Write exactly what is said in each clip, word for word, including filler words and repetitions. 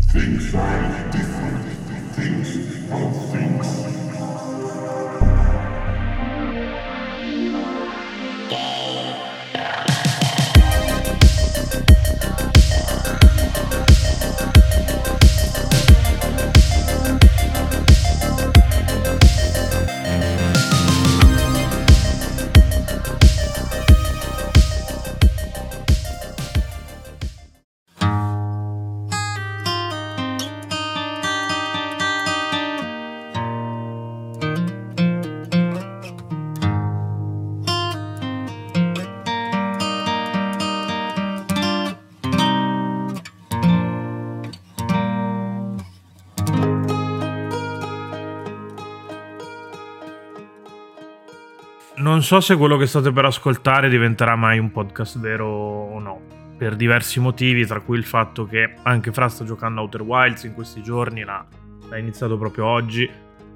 Things are different. Things are things. Non so se quello che state per ascoltare diventerà mai un podcast vero o no, per diversi motivi, tra cui il fatto che anche Fra sta giocando Outer Wilds in questi giorni, l'ha, l'ha iniziato proprio oggi,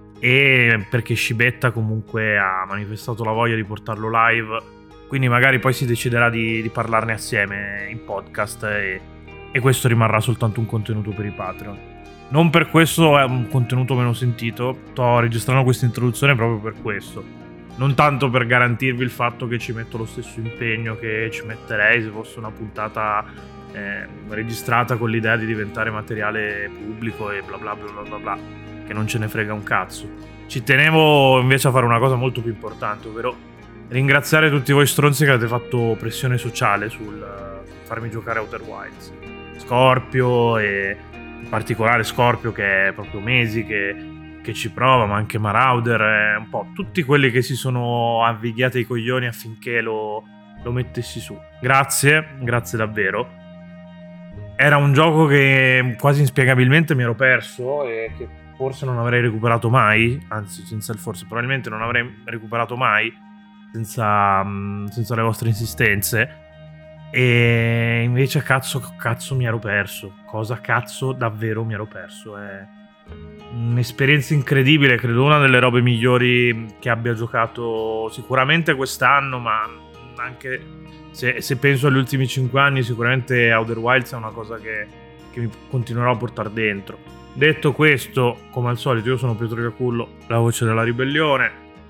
e perché Scibetta comunque ha manifestato la voglia di portarlo live, quindi magari poi si deciderà di, di parlarne assieme in podcast e, e questo rimarrà soltanto un contenuto per i Patreon. Non per questo è un contenuto meno sentito, sto registrando questa introduzione proprio per questo. Non tanto per garantirvi il fatto che ci metto lo stesso impegno che ci metterei se fosse una puntata eh, registrata con l'idea di diventare materiale pubblico e bla bla bla bla bla bla, che non ce ne frega un cazzo. Ci tenevo invece a fare una cosa molto più importante, ovvero ringraziare tutti voi stronzi che avete fatto pressione sociale sul uh, farmi giocare Outer Wilds. Scorpio e in particolare Scorpio, che è proprio mesi che che ci prova, ma anche Marauder, eh, un po' tutti quelli che si sono avvighiati i coglioni affinché lo, lo mettessi su. Grazie, grazie davvero. Era un gioco che quasi inspiegabilmente mi ero perso e che forse non avrei recuperato mai, anzi senza il forse, probabilmente non avrei recuperato mai senza, senza le vostre insistenze. E invece cazzo, cazzo mi ero perso. Cosa cazzo davvero mi ero perso? È un'esperienza incredibile, credo una delle robe migliori che abbia giocato sicuramente quest'anno, ma anche se, se penso agli ultimi cinque anni, sicuramente Outer Wilds è una cosa che, che mi continuerò a portare dentro. Detto questo, come al solito, io sono Pietro Cacullo, la voce della ribellione,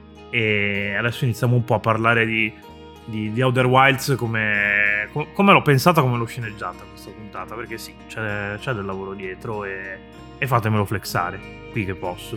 e adesso iniziamo un po' a parlare di, di, di Outer Wilds come, come l'ho pensata, come l'ho sceneggiata questa puntata, perché sì, c'è, c'è del lavoro dietro e E fatemelo flexare, qui che posso.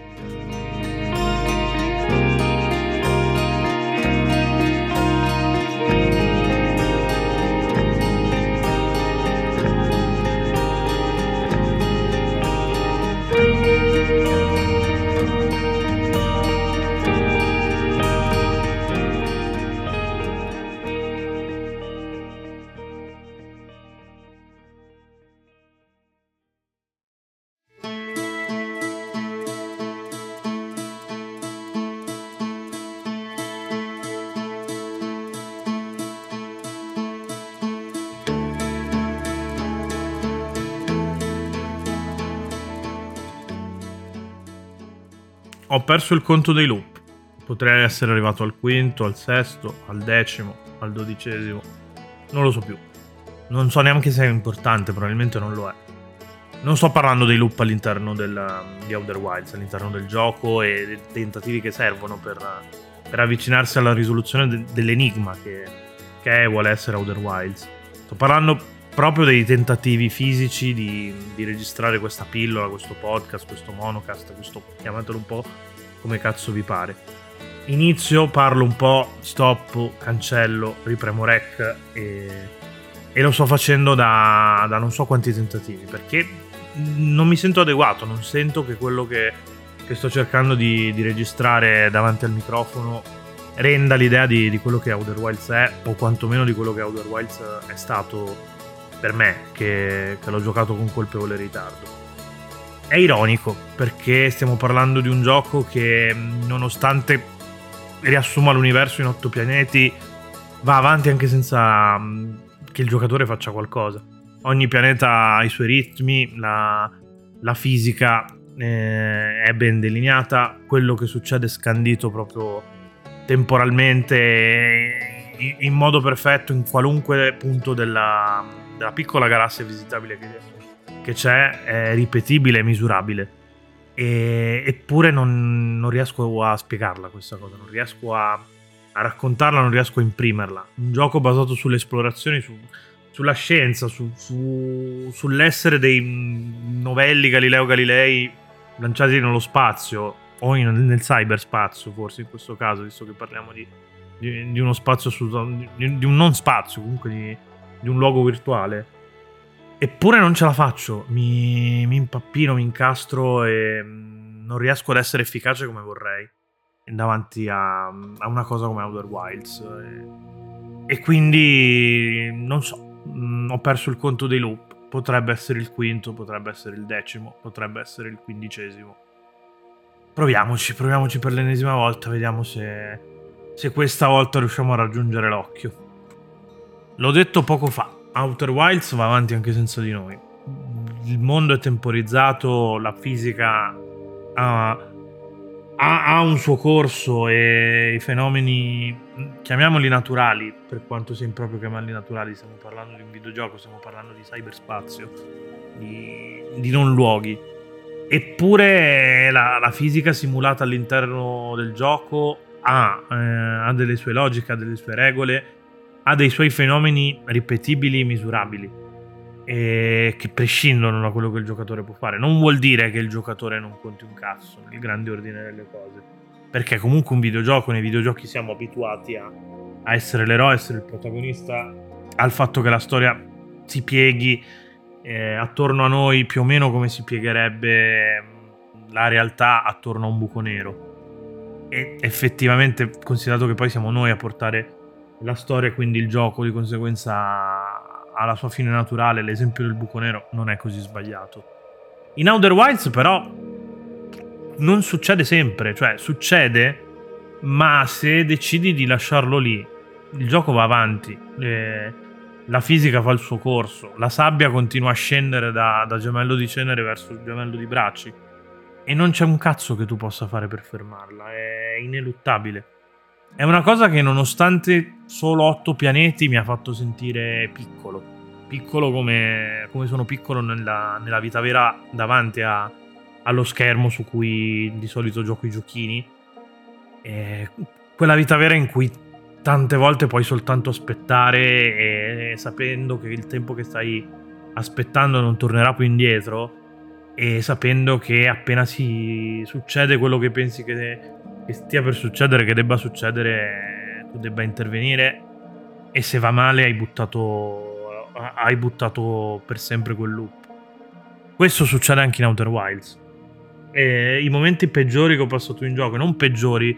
Ho perso il conto dei loop. Potrei essere arrivato al quinto, al sesto, al decimo, al dodicesimo. Non lo so più. Non so neanche se è importante, probabilmente non lo è. Non sto parlando dei loop all'interno del, di Outer Wilds, all'interno del gioco e dei tentativi che servono per, per avvicinarsi alla risoluzione de, dell'enigma che, che è e vuole essere Outer Wilds. Sto parlando proprio dei tentativi fisici di, di registrare questa pillola, questo podcast, questo monocast, questo, chiamatelo un po' come cazzo vi pare. Inizio, parlo un po', stoppo, cancello, ripremo rec e, e lo sto facendo da, da non so quanti tentativi, perché non mi sento adeguato, non sento che quello che, che sto cercando di, di registrare davanti al microfono renda l'idea di, di quello che Outer Wilds è, o quantomeno di quello che Outer Wilds è stato per me, che, che l'ho giocato con colpevole ritardo. È ironico, perché stiamo parlando di un gioco che, nonostante riassuma l'universo in otto pianeti, va avanti anche senza che il giocatore faccia qualcosa. Ogni pianeta ha i suoi ritmi, la, la fisica eh, è ben delineata, quello che succede è scandito proprio temporalmente in, in modo perfetto in qualunque punto della, della piccola galassia visitabile che, che c'è è ripetibile e misurabile. E, eppure non, non riesco a spiegarla questa cosa, non riesco a, a raccontarla, non riesco a imprimerla. Un gioco basato sulle esplorazioni, su, sulla scienza, su, su, sull'essere dei novelli Galileo Galilei lanciati nello spazio o in, nel cyberspazio, forse in questo caso, visto che parliamo di, di, di uno spazio di, di un non spazio, comunque di, di un luogo virtuale. Eppure non ce la faccio, mi, mi impappino, mi incastro e non riesco ad essere efficace come vorrei davanti a, a una cosa come Outer Wilds. E, e quindi non so, mh, ho perso il conto dei loop. Potrebbe essere il quinto, potrebbe essere il decimo, potrebbe essere il quindicesimo. Proviamoci, proviamoci per l'ennesima volta, vediamo se, se questa volta riusciamo a raggiungere l'occhio. L'ho detto poco fa. Outer Wilds va avanti anche senza di noi. Il mondo è temporizzato, la fisica ha, ha, ha un suo corso e i fenomeni, chiamiamoli naturali, per quanto sia improprio chiamarli naturali, stiamo parlando di un videogioco, stiamo parlando di cyberspazio, di, di non luoghi. Eppure la, la fisica simulata all'interno del gioco ha, eh, ha delle sue logiche, ha delle sue regole, ha dei suoi fenomeni ripetibili, misurabili, e che prescindono da quello che il giocatore può fare. Non vuol dire che il giocatore non conti un cazzo nel grande ordine delle cose, perché comunque un videogioco, nei videogiochi siamo abituati a, a essere l'eroe, a essere il protagonista, al fatto che la storia si pieghi eh, attorno a noi più o meno come si piegherebbe la realtà attorno a un buco nero. E effettivamente, considerato che poi siamo noi a portare la storia, quindi il gioco di conseguenza ha la sua fine naturale, l'esempio del buco nero non è così sbagliato. In Outer Wilds però non succede sempre, cioè succede, ma se decidi di lasciarlo lì, il gioco va avanti, eh, la fisica fa il suo corso, la sabbia continua a scendere da, da gemello di cenere verso il gemello di bracci e non c'è un cazzo che tu possa fare per fermarla, è ineluttabile. È una cosa che nonostante solo otto pianeti mi ha fatto sentire piccolo. Piccolo come, come sono piccolo nella, nella vita vera davanti a, allo schermo su cui di solito gioco i giochini. E quella vita vera in cui tante volte puoi soltanto aspettare e, e sapendo che il tempo che stai aspettando non tornerà più indietro e sapendo che appena si succede quello che pensi che... che stia per succedere, che debba succedere, tu debba intervenire e se va male hai buttato hai buttato per sempre quel loop. Questo succede anche in Outer Wilds. E i momenti peggiori che ho passato in gioco, non peggiori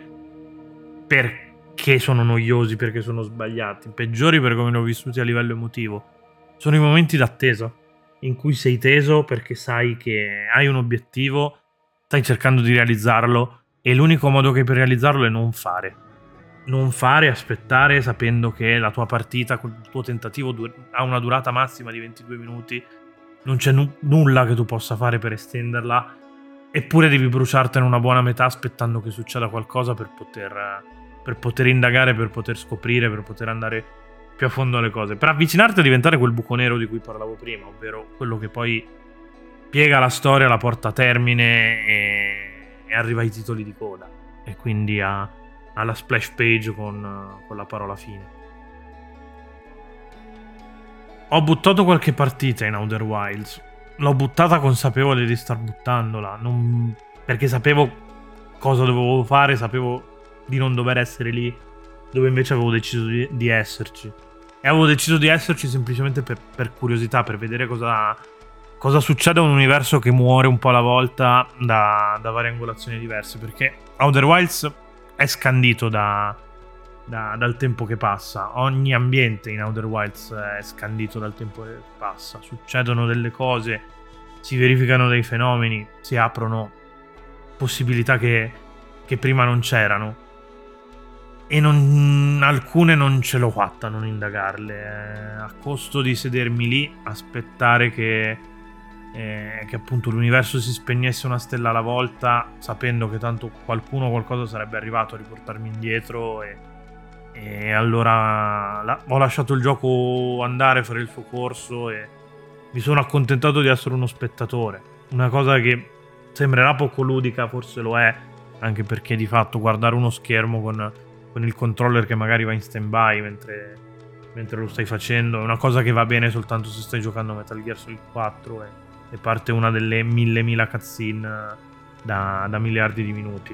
perché sono noiosi, perché sono sbagliati, peggiori per come li ho vissuti a livello emotivo, sono i momenti d'attesa in cui sei teso perché sai che hai un obiettivo, stai cercando di realizzarlo e l'unico modo che hai per realizzarlo è non fare. Non fare, aspettare, sapendo che la tua partita, il tuo tentativo dur- ha una durata massima di ventidue minuti, non c'è nu- nulla che tu possa fare per estenderla, eppure devi bruciartene una buona metà aspettando che succeda qualcosa per poter, per poter indagare, per poter scoprire, per poter andare più a fondo alle cose, per avvicinarti a diventare quel buco nero di cui parlavo prima, ovvero quello che poi piega la storia, la porta a termine e e arriva ai titoli di coda e quindi a, alla splash page con, con la parola fine. Ho buttato qualche partita in Outer Wilds, l'ho buttata consapevole di star buttandola, non, perché sapevo cosa dovevo fare, sapevo di non dover essere lì dove invece avevo deciso di, di esserci e avevo deciso di esserci semplicemente per, per curiosità, per vedere cosa cosa succede a un universo che muore un po' alla volta da, da varie angolazioni diverse, perché Outer Wilds è scandito da, da, dal tempo che passa. Ogni ambiente in Outer Wilds è scandito dal tempo che passa, succedono delle cose, si verificano dei fenomeni, si aprono possibilità che, che prima non c'erano e non, alcune non ce l'ho fatta a non indagarle, eh, a costo di sedermi lì, aspettare che Eh, che appunto l'universo si spegnesse una stella alla volta, sapendo che tanto qualcuno o qualcosa sarebbe arrivato a riportarmi indietro e, e allora la, ho lasciato il gioco andare, fare il suo corso e mi sono accontentato di essere uno spettatore. Una cosa che sembrerà poco ludica, forse lo è, anche perché di fatto guardare uno schermo con, con il controller che magari va in stand-by mentre, mentre lo stai facendo è una cosa che va bene soltanto se stai giocando a Metal Gear Solid quattro e, e parte una delle mille mila cutscene da, da miliardi di minuti.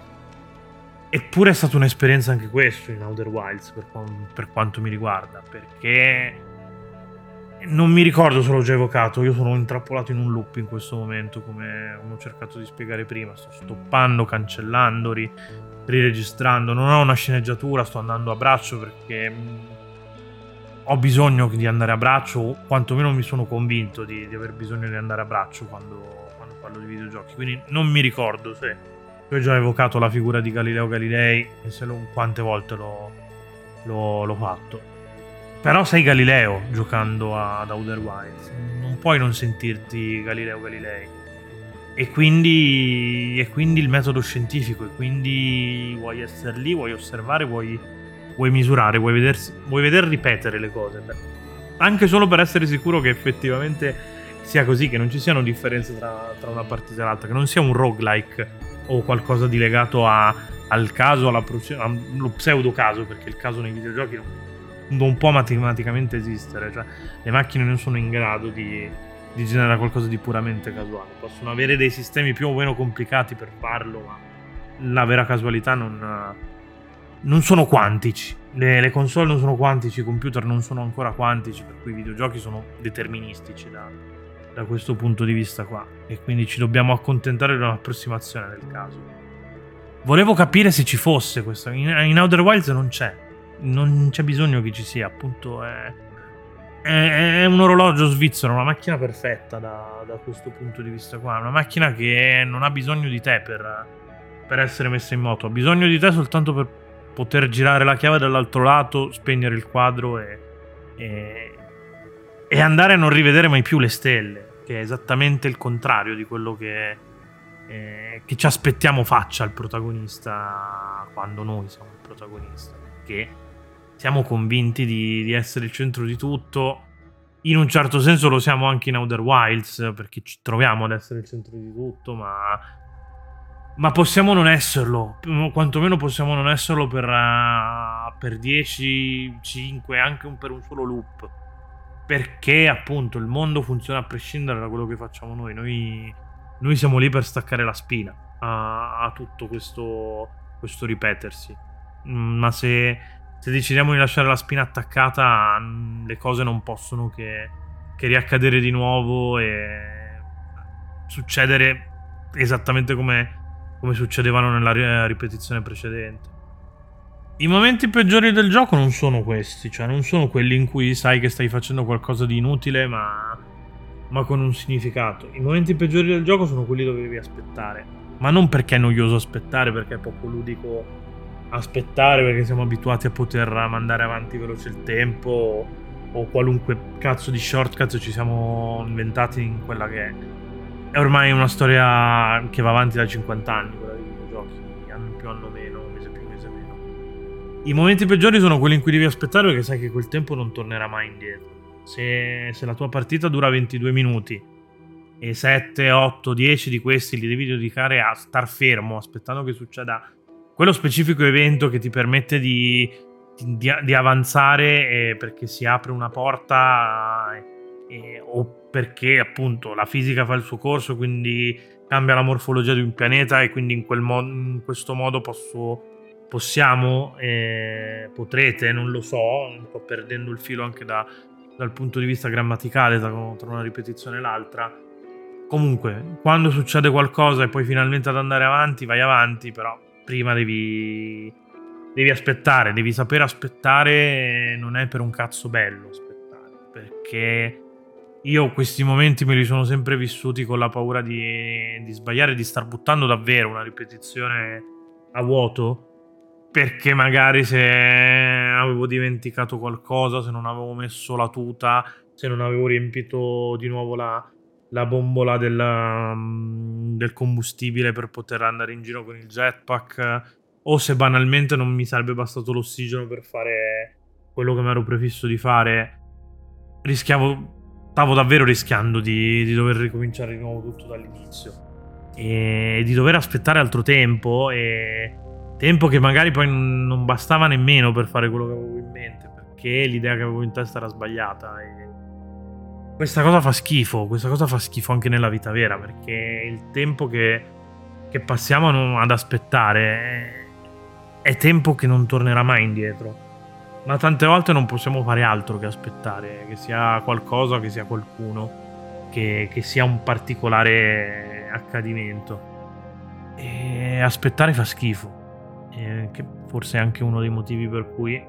Eppure è stata un'esperienza anche questo in Outer Wilds per, per quanto mi riguarda, perché non mi ricordo se l'ho già evocato, io sono intrappolato in un loop in questo momento, come ho cercato di spiegare prima, sto stoppando, cancellando, ri- riregistrando, non ho una sceneggiatura, sto andando a braccio perché mh, ho bisogno di andare a braccio, o quantomeno mi sono convinto di, di aver bisogno di andare a braccio quando, quando parlo di videogiochi, quindi non mi ricordo se io ho già evocato la figura di Galileo Galilei e se lo, quante volte l'ho, l'ho, l'ho fatto. Però sei Galileo giocando ad Outer Wilds, non puoi non sentirti Galileo Galilei. E quindi, e quindi il metodo scientifico, e quindi vuoi essere lì, vuoi osservare, vuoi, vuoi misurare, vuoi, vedersi, vuoi veder ripetere le cose. Beh, anche solo per essere sicuro che effettivamente sia così, che non ci siano differenze tra, tra una partita e l'altra, che non sia un roguelike o qualcosa di legato a, al caso, alla proce- allo pseudo caso, perché il caso nei videogiochi non non può matematicamente esistere, cioè le macchine non sono in grado di, di generare qualcosa di puramente casuale, possono avere dei sistemi più o meno complicati per farlo, ma la vera casualità non, non sono quantici, le, le console non sono quantici, i computer non sono ancora quantici, per cui i videogiochi sono deterministici da, da questo punto di vista qua, e quindi ci dobbiamo accontentare di un'approssimazione del caso. Volevo capire se ci fosse questo, in, in Outer Wilds non c'è. Non c'è bisogno che ci sia, appunto è, è, è un orologio svizzero, una macchina perfetta da, da questo punto di vista qua, una macchina che non ha bisogno di te per, per essere messa in moto, ha bisogno di te soltanto per poter girare la chiave dall'altro lato, spegnere il quadro e, e, e andare a non rivedere mai più le stelle, che è esattamente il contrario di quello che, eh, che ci aspettiamo faccia il protagonista quando noi siamo il protagonista, che siamo convinti di, di essere il centro di tutto. In un certo senso lo siamo anche in Outer Wilds, perché ci troviamo ad essere il centro di tutto, ma, ma possiamo non esserlo. Quantomeno possiamo non esserlo per, uh, per dieci, cinque, anche un, per un solo loop. Perché appunto il mondo funziona a prescindere da quello che facciamo noi. Noi, noi siamo lì per staccare la spina a, a tutto questo, questo ripetersi. Ma se... se decidiamo di lasciare la spina attaccata, le cose non possono che, che riaccadere di nuovo e succedere esattamente come, come succedevano nella ripetizione precedente. I momenti peggiori del gioco non sono questi, cioè non sono quelli in cui sai che stai facendo qualcosa di inutile ma, ma con un significato. I momenti peggiori del gioco sono quelli dove devi aspettare, ma non perché è noioso aspettare, perché è poco ludico aspettare, perché siamo abituati a poter mandare avanti veloce il tempo o qualunque cazzo di shortcut ci siamo inventati in quella che è ormai una storia che va avanti da cinquanta anni, quella dei videogiochi, anno più anno meno, mese più mese meno. I momenti peggiori sono quelli in cui devi aspettare perché sai che quel tempo non tornerà mai indietro. Se, se la tua partita dura ventidue minuti e sette, otto, dieci di questi li devi dedicare a star fermo aspettando che succeda quello specifico evento che ti permette di, di, di avanzare eh, perché si apre una porta eh, o perché appunto la fisica fa il suo corso, quindi cambia la morfologia di un pianeta e quindi in, quel mo- in questo modo posso, possiamo, eh, potrete, non lo so, sto perdendo il filo anche da, dal punto di vista grammaticale tra, tra una ripetizione e l'altra. Comunque, quando succede qualcosa e poi finalmente ad andare avanti, vai avanti, però prima devi devi aspettare, devi sapere aspettare, non è per un cazzo bello aspettare, perché io questi momenti me li sono sempre vissuti con la paura di, di sbagliare, di star buttando davvero una ripetizione a vuoto, perché magari se avevo dimenticato qualcosa, se non avevo messo la tuta, se non avevo riempito di nuovo la la bombola del, um, del combustibile per poter andare in giro con il jetpack, o se banalmente non mi sarebbe bastato l'ossigeno per fare quello che mi ero prefisso di fare, rischiavo stavo davvero rischiando di, di dover ricominciare di nuovo tutto dall'inizio e di dover aspettare altro tempo, e tempo che magari poi non bastava nemmeno per fare quello che avevo in mente, perché l'idea che avevo in testa era sbagliata. E questa cosa fa schifo, questa cosa fa schifo anche nella vita vera, perché il tempo che, che passiamo ad aspettare è, è tempo che non tornerà mai indietro. Ma tante volte non possiamo fare altro che aspettare, che sia qualcosa, che sia qualcuno, che, che sia un particolare accadimento. E aspettare fa schifo, e che forse è anche uno dei motivi per cui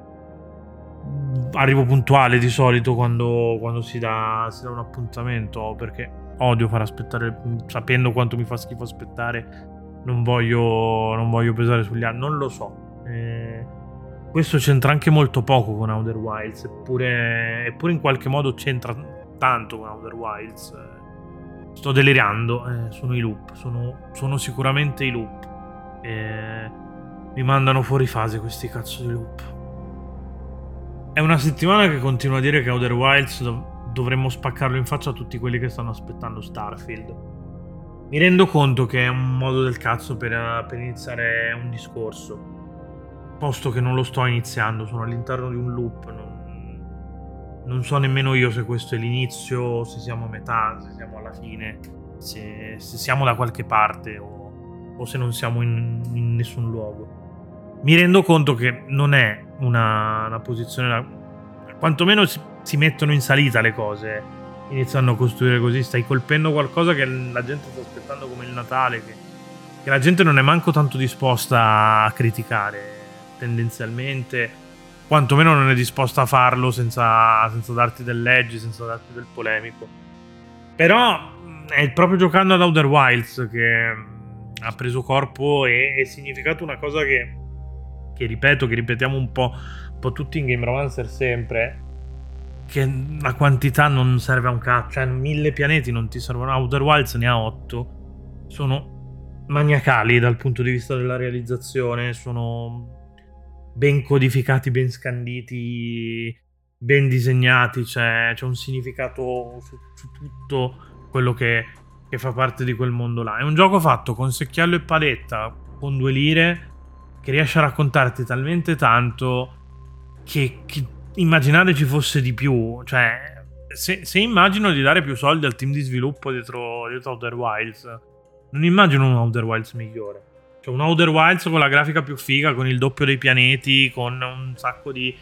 arrivo puntuale di solito quando, quando si, dà, si dà un appuntamento, perché odio far aspettare, sapendo quanto mi fa schifo aspettare, non voglio, non voglio pesare sugli altri, non lo so. Eh, Questo c'entra anche molto poco con Outer Wilds, eppure, eppure in qualche modo c'entra tanto con Outer Wilds. Sto delirando, eh, sono i loop, sono, sono sicuramente i loop. Eh, mi mandano fuori fase questi cazzo di loop. È una settimana che continuo a dire che Outer Wilds dov- dovremmo spaccarlo in faccia a tutti quelli che stanno aspettando Starfield. Mi rendo conto che è un modo del cazzo per, per iniziare un discorso, posto che non lo sto iniziando, sono all'interno di un loop, non, non so nemmeno io se questo è l'inizio, se siamo a metà, se siamo alla fine, se, se siamo da qualche parte o, o se non siamo in, in nessun luogo. Mi rendo conto che non è una, una posizione da, quantomeno si, si mettono in salita le cose, iniziando a costruire così, stai colpendo qualcosa che la gente sta aspettando come il Natale, che, che la gente non è manco tanto disposta a criticare tendenzialmente, quantomeno non è disposta a farlo senza, senza darti del leggi, senza darti del polemico. Però è proprio giocando ad Outer Wilds che ha preso corpo e, e significato una cosa che, che ripeto, che ripetiamo un po', un po' tutti in Game Romancer sempre, che la quantità non serve a un cazzo, cioè mille pianeti non ti servono. Outer Wilds ne ha otto, sono maniacali dal punto di vista della realizzazione, sono ben codificati, ben scanditi, ben disegnati, c'è, c'è un significato su, su tutto quello che, che fa parte di quel mondo là. È un gioco fatto con secchiello e paletta, con due lire, che riesce a raccontarti talmente tanto che, che immaginare ci fosse di più. Cioè, se, se immagino di dare più soldi al team di sviluppo dietro, dietro Outer Wilds, non immagino un Outer Wilds migliore. Cioè un Outer Wilds con la grafica più figa, con il doppio dei pianeti, con un sacco di,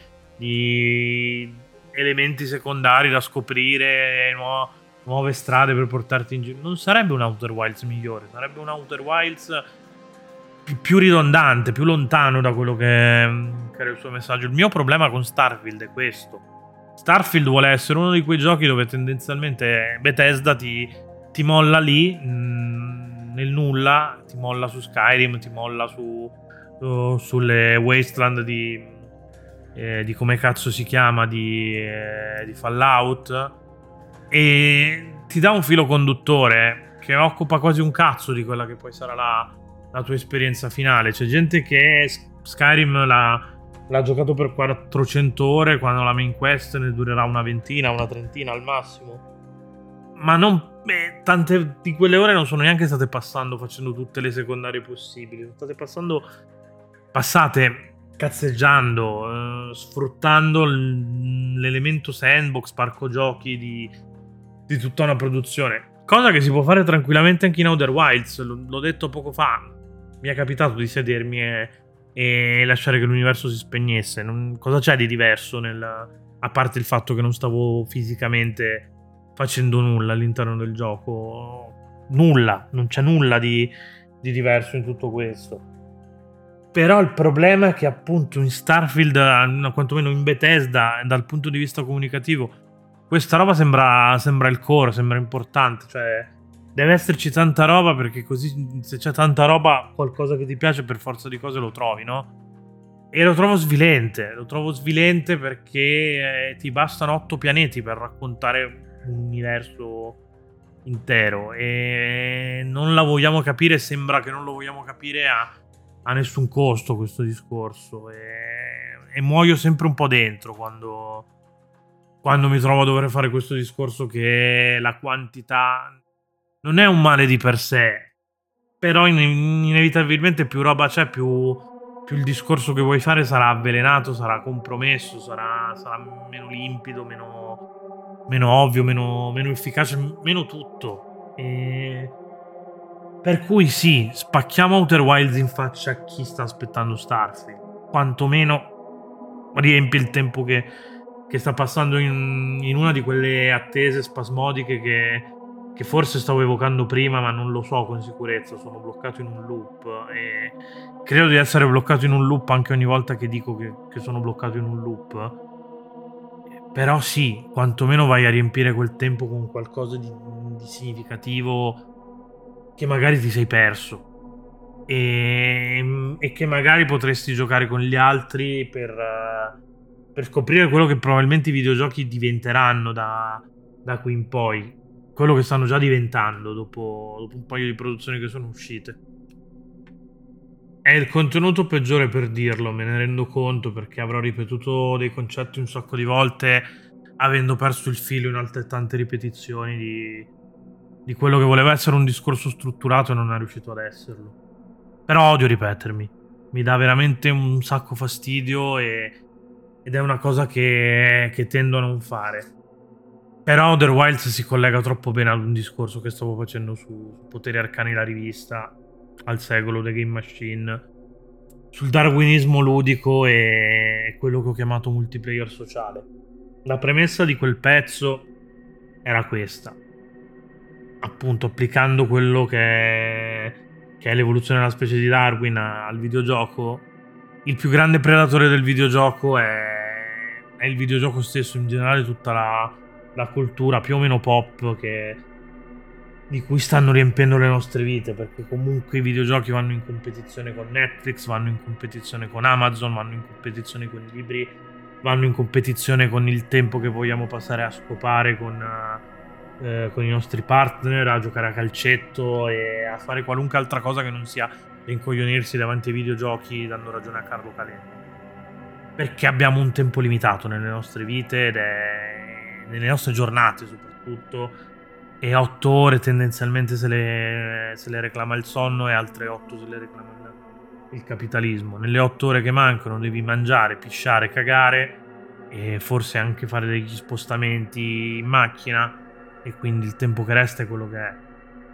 di elementi secondari da scoprire, nuove, nuove strade per portarti in giro. Non sarebbe un Outer Wilds migliore, sarebbe un Outer Wilds più, più ridondante, più lontano da quello che, che era il suo messaggio. Il mio problema con Starfield è questo. Starfield vuole essere uno di quei giochi dove tendenzialmente Bethesda ti, ti molla lì, mh, nel nulla, ti molla su Skyrim, ti molla su, su sulle Wasteland di, eh, di come cazzo si chiama, di, eh, di Fallout, e ti dà un filo conduttore che occupa quasi un cazzo di quella che poi sarà la, la tua esperienza finale. C'è gente che Skyrim l'ha, l'ha giocato per quattrocento ore, quando la main quest ne durerà una ventina, una trentina al massimo. Ma non, beh, tante di quelle ore non sono neanche state passando facendo tutte le secondarie possibili. Sono state passando passate cazzeggiando, eh, sfruttando l- l'elemento sandbox, parco giochi di, di tutta una produzione. Cosa che si può fare tranquillamente anche in Outer Wilds. L- l'ho detto poco fa. Mi è capitato di sedermi e, e lasciare che l'universo si spegnesse. Non, cosa c'è di diverso nel, a parte il fatto che non stavo fisicamente facendo nulla all'interno del gioco? Nulla, non c'è nulla di, di diverso in tutto questo. Però il problema è che appunto in Starfield, quantomeno in Bethesda, dal punto di vista comunicativo, questa roba sembra, sembra il core, sembra importante. Cioè deve esserci tanta roba, perché così se c'è tanta roba, qualcosa che ti piace per forza di cose lo trovi, no? E lo trovo svilente, lo trovo svilente perché eh, ti bastano otto pianeti per raccontare un universo intero, e non la vogliamo capire, sembra che non lo vogliamo capire a, a nessun costo questo discorso, e, e muoio sempre un po' dentro quando, quando mi trovo a dover fare questo discorso che la quantità non è un male di per sé, però in- inevitabilmente più roba c'è, più, più il discorso che vuoi fare sarà avvelenato, sarà compromesso, sarà, sarà meno limpido, meno, meno ovvio, meno, meno efficace, m- meno tutto. E per cui sì, spacchiamo Outer Wilds in faccia a chi sta aspettando Starfield. Quantomeno riempie il tempo che, che sta passando in, in una di quelle attese spasmodiche che, che forse stavo evocando prima, ma non lo so con sicurezza. Sono bloccato in un loop e credo di essere bloccato in un loop anche ogni volta che dico che, che sono bloccato in un loop. Però sì, quantomeno vai a riempire quel tempo con qualcosa di, di significativo che magari ti sei perso e, e che magari potresti giocare con gli altri per, eh, per scoprire quello che probabilmente i videogiochi diventeranno da, da qui in poi, quello che stanno già diventando dopo, dopo un paio di produzioni che sono uscite. È il contenuto peggiore per dirlo, me ne rendo conto perché avrò ripetuto dei concetti un sacco di volte, avendo perso il filo in altrettante ripetizioni di, di quello che voleva essere un discorso strutturato e non è riuscito ad esserlo. Però odio ripetermi, mi dà veramente un sacco fastidio e- ed è una cosa che, che tendo a non fare. Però Outer Wilds si collega troppo bene ad un discorso che stavo facendo su, su Poteri Arcani la rivista, al secolo The Game Machine, sul darwinismo ludico e quello che ho chiamato multiplayer sociale. La premessa di quel pezzo era questa. Appunto, applicando quello che è, che è l'evoluzione della specie di Darwin a- al videogioco, il più grande predatore del videogioco è, è il videogioco stesso, in generale tutta la, la cultura più o meno pop che, di cui stanno riempiendo le nostre vite, perché comunque i videogiochi vanno in competizione con Netflix, vanno in competizione con Amazon, vanno in competizione con i libri, vanno in competizione con il tempo che vogliamo passare a scopare con, eh, con i nostri partner, a giocare a calcetto e a fare qualunque altra cosa che non sia rincoglionirsi davanti ai videogiochi, dando ragione a Carlo Calenda. Perché abbiamo un tempo limitato nelle nostre vite ed è nelle nostre giornate soprattutto, e otto ore tendenzialmente se le, se le reclama il sonno e altre otto se le reclama il, il capitalismo. Nelle otto ore che mancano devi mangiare, pisciare, cagare e forse anche fare degli spostamenti in macchina, e quindi il tempo che resta è quello che è.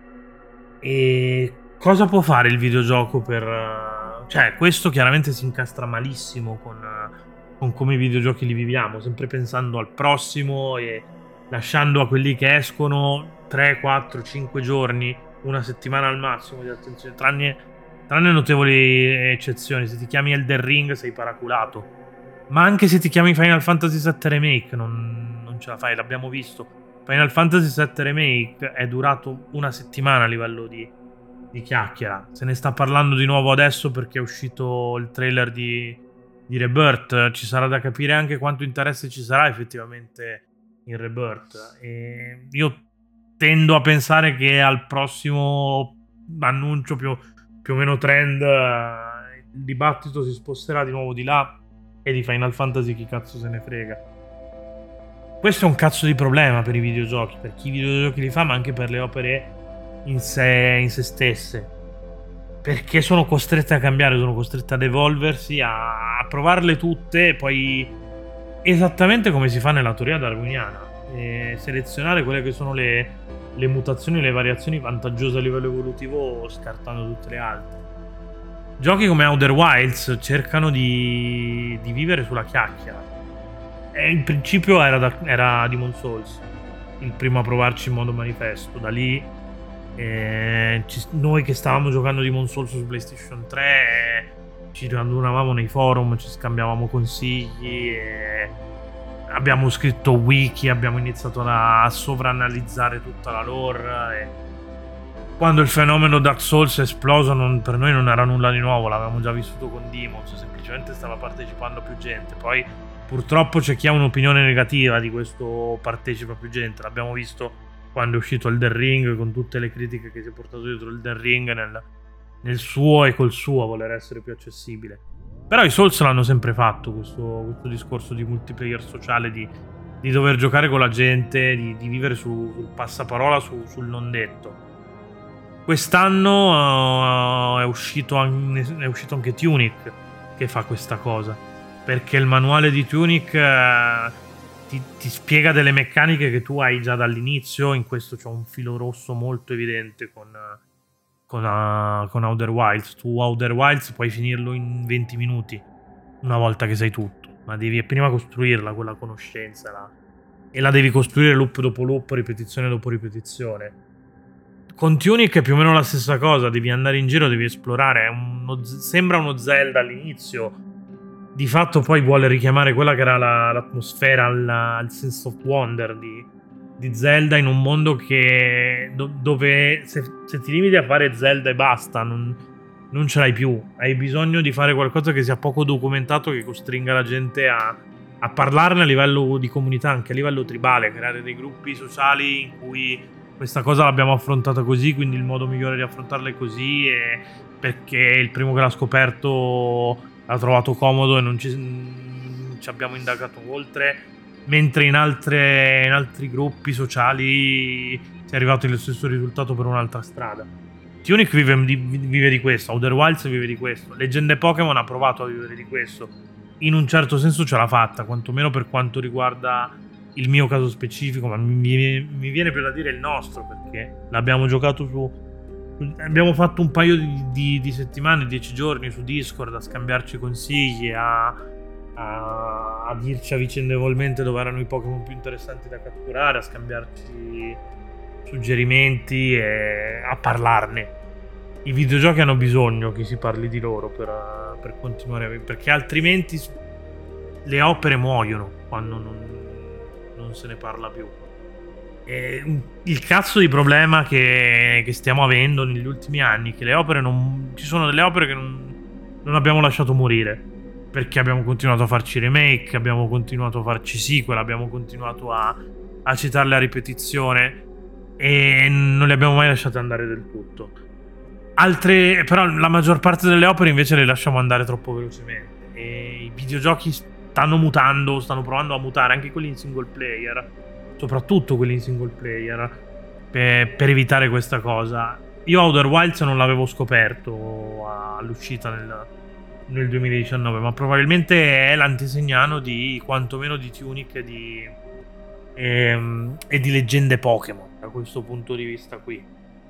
E cosa può fare il videogioco per... eh, Cioè, questo chiaramente si incastra malissimo con, eh, con come i videogiochi li viviamo, sempre pensando al prossimo e lasciando a quelli che escono tre, quattro, cinque giorni, una settimana al massimo di attenzione, tranne, tranne notevoli eccezioni. Se ti chiami Elden Ring sei paraculato. Ma anche se ti chiami Final Fantasy sette Remake non, non ce la fai, l'abbiamo visto. Final Fantasy sette Remake è durato una settimana a livello di, di chiacchiera. Se ne sta parlando di nuovo adesso perché è uscito il trailer di, di Rebirth. Ci sarà da capire anche quanto interesse ci sarà effettivamente in Rebirth. E io tendo a pensare che al prossimo annuncio più, più o meno trend, eh, il dibattito si sposterà di nuovo di là e di Final Fantasy chi cazzo se ne frega. Questo è un cazzo di problema per i videogiochi, per chi i videogiochi li fa, ma anche per le opere in sé, in sé stesse. Perché sono costrette a cambiare, sono costrette ad evolversi, a, a provarle tutte e poi esattamente come si fa nella teoria darwiniana. E selezionare quelle che sono le, le mutazioni, le variazioni vantaggiose a livello evolutivo, scartando tutte le altre. Giochi come Outer Wilds cercano di, di vivere sulla chiacchiera. E in principio era, da, era Demon Souls, il primo a provarci in modo manifesto. Da lì eh, ci, noi che stavamo giocando Demon Souls su PlayStation tre eh, ci radunavamo nei forum, ci scambiavamo consigli e abbiamo scritto wiki, abbiamo iniziato a, a sovranalizzare tutta la lore e quando il fenomeno Dark Souls è esploso non, per noi non era nulla di nuovo, l'avevamo già vissuto con Demons, semplicemente stava partecipando più gente. Poi purtroppo c'è chi ha un'opinione negativa di questo partecipa più gente, l'abbiamo visto quando è uscito Elden Ring, con tutte le critiche che si è portato dietro Elden Ring nel, nel suo e col suo a voler essere più accessibile. Però i Souls l'hanno sempre fatto questo, questo discorso di multiplayer sociale, di di dover giocare con la gente, di, di vivere su, sul passaparola, su, sul non detto. Quest'anno uh, è, uscito an- è uscito anche Tunic che fa questa cosa, perché il manuale di Tunic uh, ti, ti spiega delle meccaniche che tu hai già dall'inizio. In questo c'è un filo rosso molto evidente con, uh, con, uh, con Outer Wilds. Tu Outer Wilds puoi finirlo in venti minuti una volta che sai tutto, ma devi prima costruirla quella conoscenza là, e la devi costruire loop dopo loop, ripetizione dopo ripetizione. Con Tunic è più o meno la stessa cosa, devi andare in giro, devi esplorare, è uno, sembra uno Zelda all'inizio, di fatto poi vuole richiamare quella che era la, l'atmosfera, il sense of wonder di, di Zelda, in un mondo che do, dove se, se ti limiti a fare Zelda e basta, non, non ce l'hai più, hai bisogno di fare qualcosa che sia poco documentato, che costringa la gente a, a parlarne a livello di comunità, anche a livello tribale, creare dei gruppi sociali in cui questa cosa l'abbiamo affrontata così, quindi il modo migliore di affrontarla è così, e perché il primo che l'ha scoperto l'ha trovato comodo e non ci, non ci abbiamo indagato oltre, mentre in, altre, in altri gruppi sociali si è arrivato allo stesso risultato per un'altra strada. Tunic vive di, vive di questo, Outer Wilds vive di questo, Leggende Pokémon ha provato a vivere di questo, in un certo senso ce l'ha fatta, quantomeno per quanto riguarda il mio caso specifico, ma mi, mi viene per da dire il nostro, perché l'abbiamo giocato su... abbiamo fatto un paio di, di, di settimane, dieci giorni su Discord a scambiarci consigli, a, a, a dirci vicendevolmente dove erano i Pokémon più interessanti da catturare, a scambiarci suggerimenti e a parlarne. I videogiochi hanno bisogno che si parli di loro per, per continuare a... perché altrimenti le opere muoiono quando non non se ne parla più. E il cazzo di problema che, che stiamo avendo negli ultimi anni, che le opere non... ci sono delle opere che non, non abbiamo lasciato morire, perché abbiamo continuato a farci remake, abbiamo continuato a farci sequel, abbiamo continuato a, a citarle a ripetizione e non le abbiamo mai lasciate andare del tutto. Altre, però la maggior parte delle opere invece le lasciamo andare troppo velocemente, e i videogiochi stanno mutando, stanno provando a mutare, anche quelli in single player, soprattutto quelli in single player, per, per evitare questa cosa. Io Outer Wilds non l'avevo scoperto all'uscita nel, nel duemiladiciannove, ma probabilmente è l'antesignano di quantomeno di Tunic e di, e, e di Leggende Pokémon, da questo punto di vista qui.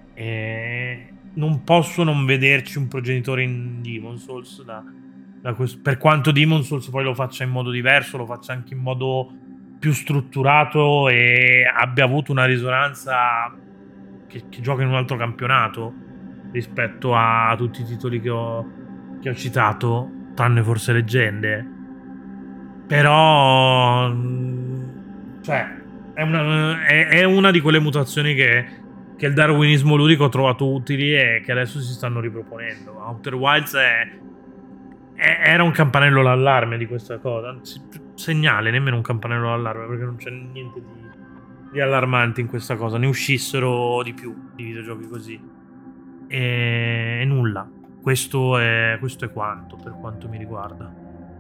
E non posso non vederci un progenitore in Demon's Souls da... Questo, per quanto Demon's Souls poi lo faccia in modo diverso, lo faccia anche in modo più strutturato e abbia avuto una risonanza che, che gioca in un altro campionato rispetto a tutti i titoli che ho, che ho citato, tranne forse Leggende. Però cioè è una, è, è una di quelle mutazioni che, che il darwinismo ludico ha trovato utili e che adesso si stanno riproponendo. Outer Wilds è era un campanello d'allarme di questa cosa, anzi, segnale, nemmeno un campanello d'allarme, perché non c'è niente di, di allarmante in questa cosa. Ne uscissero di più di videogiochi così e, e nulla. Questo è, questo è quanto per quanto mi riguarda.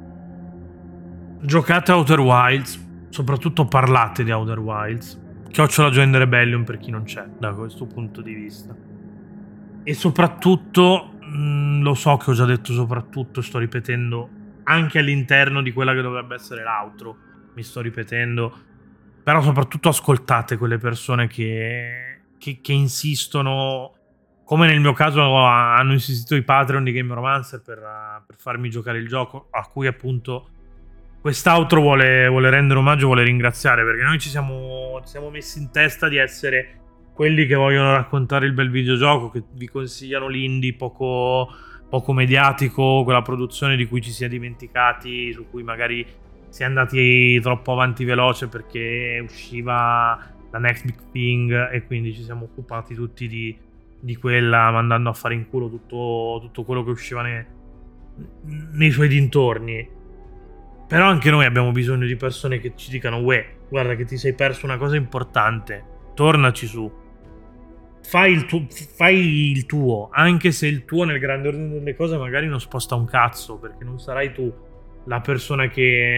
Giocate Outer Wilds, soprattutto parlate di Outer Wilds. Chiocciola Join Rebellion per chi non c'è da questo punto di vista, e soprattutto mh, lo so che ho già detto soprattutto, sto ripetendo anche all'interno di quella che dovrebbe essere l'outro, mi sto ripetendo, però soprattutto ascoltate quelle persone che, che, che insistono, come nel mio caso hanno insistito i Patreon di Game Romancer per, per farmi giocare il gioco, a cui appunto quest'outro vuole, vuole rendere omaggio, vuole ringraziare, perché noi ci siamo, ci siamo messi in testa di essere quelli che vogliono raccontare il bel videogioco, che vi consigliano l'indie poco, poco mediatico, quella produzione di cui ci si è dimenticati, su cui magari si è andati troppo avanti veloce perché usciva la next big thing e quindi ci siamo occupati tutti di, di quella, mandando a fare in culo tutto, tutto quello che usciva nei, nei suoi dintorni. Però anche noi abbiamo bisogno di persone che ci dicano: uè, guarda che ti sei perso una cosa importante, tornaci su. Fai il, tu- fai il tuo, anche se il tuo nel grande ordine delle cose magari non sposta un cazzo, perché non sarai tu la persona che,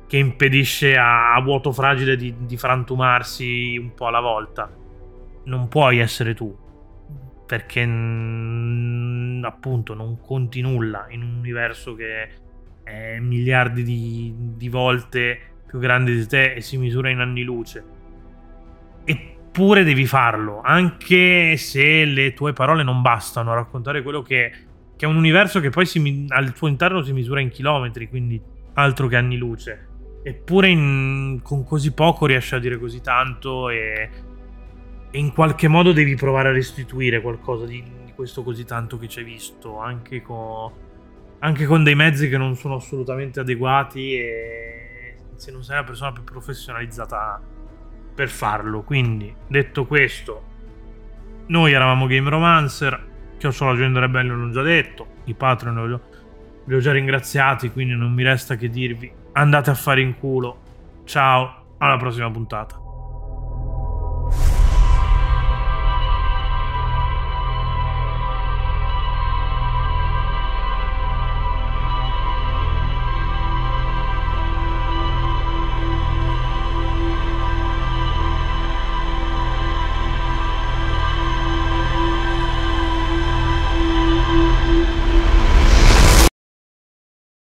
che impedisce a, a vuoto fragile di, di frantumarsi un po' alla volta. Non puoi essere tu, perché mh, appunto non conti nulla in un universo che è miliardi di, di volte più grande di te e si misura in anni luce. Eppure devi farlo, anche se le tue parole non bastano a raccontare quello che, che è un universo che poi si, al suo interno si misura in chilometri, quindi altro che anni luce. Eppure in, con così poco riesci a dire così tanto e, e in qualche modo devi provare a restituire qualcosa di, di questo così tanto che ci hai visto, anche con, anche con dei mezzi che non sono assolutamente adeguati e se non sei la persona più professionalizzata per farlo. Quindi, detto questo, noi eravamo Game Romancer, Chiocciola Agenda Rebellion l'ho già detto, i Patreon li ho, li ho già ringraziati, quindi non mi resta che dirvi andate a fare in culo. Ciao, alla prossima puntata.